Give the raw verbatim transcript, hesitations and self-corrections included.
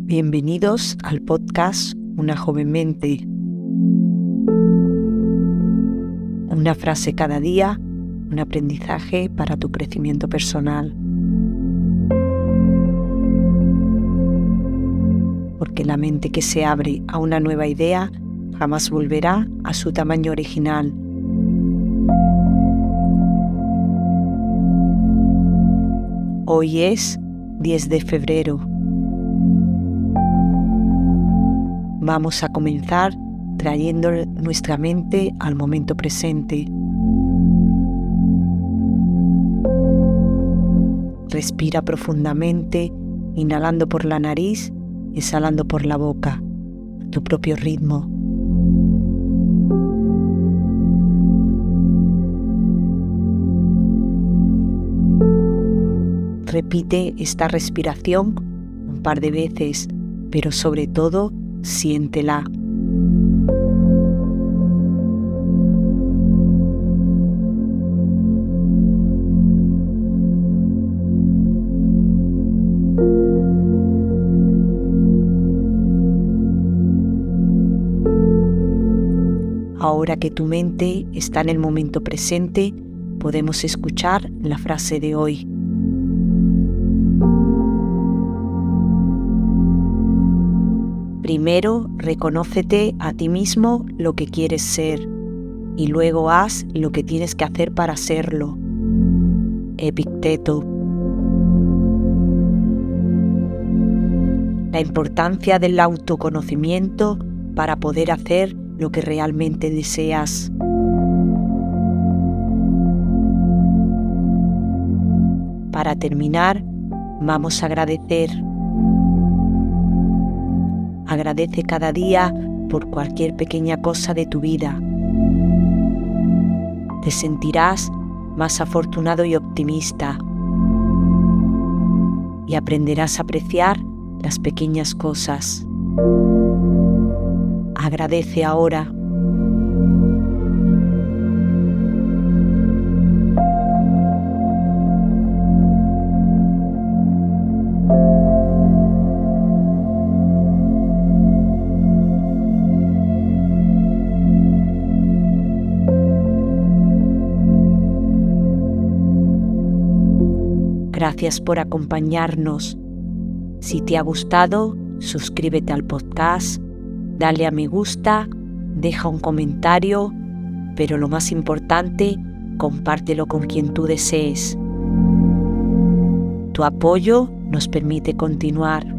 Bienvenidos al podcast Una joven mente. Una frase cada día, un aprendizaje para tu crecimiento personal. Porque la mente que se abre a una nueva idea jamás volverá a su tamaño original. Hoy es diez de febrero. Vamos a comenzar trayendo nuestra mente al momento presente. Respira profundamente, inhalando por la nariz, exhalando por la boca, a tu propio ritmo. Repite esta respiración un par de veces, pero sobre todo, siéntela. Ahora que tu mente está en el momento presente, podemos escuchar la frase de hoy. Primero, reconócete a ti mismo lo que quieres ser y luego haz lo que tienes que hacer para serlo. Epicteto. La importancia del autoconocimiento para poder hacer lo que realmente deseas. Para terminar, vamos a agradecer. Agradece cada día por cualquier pequeña cosa de tu vida. Te sentirás más afortunado y optimista. Y aprenderás a apreciar las pequeñas cosas. Agradece ahora. Gracias por acompañarnos. Si te ha gustado, suscríbete al podcast, dale a me gusta, deja un comentario, pero lo más importante, compártelo con quien tú desees. Tu apoyo nos permite continuar.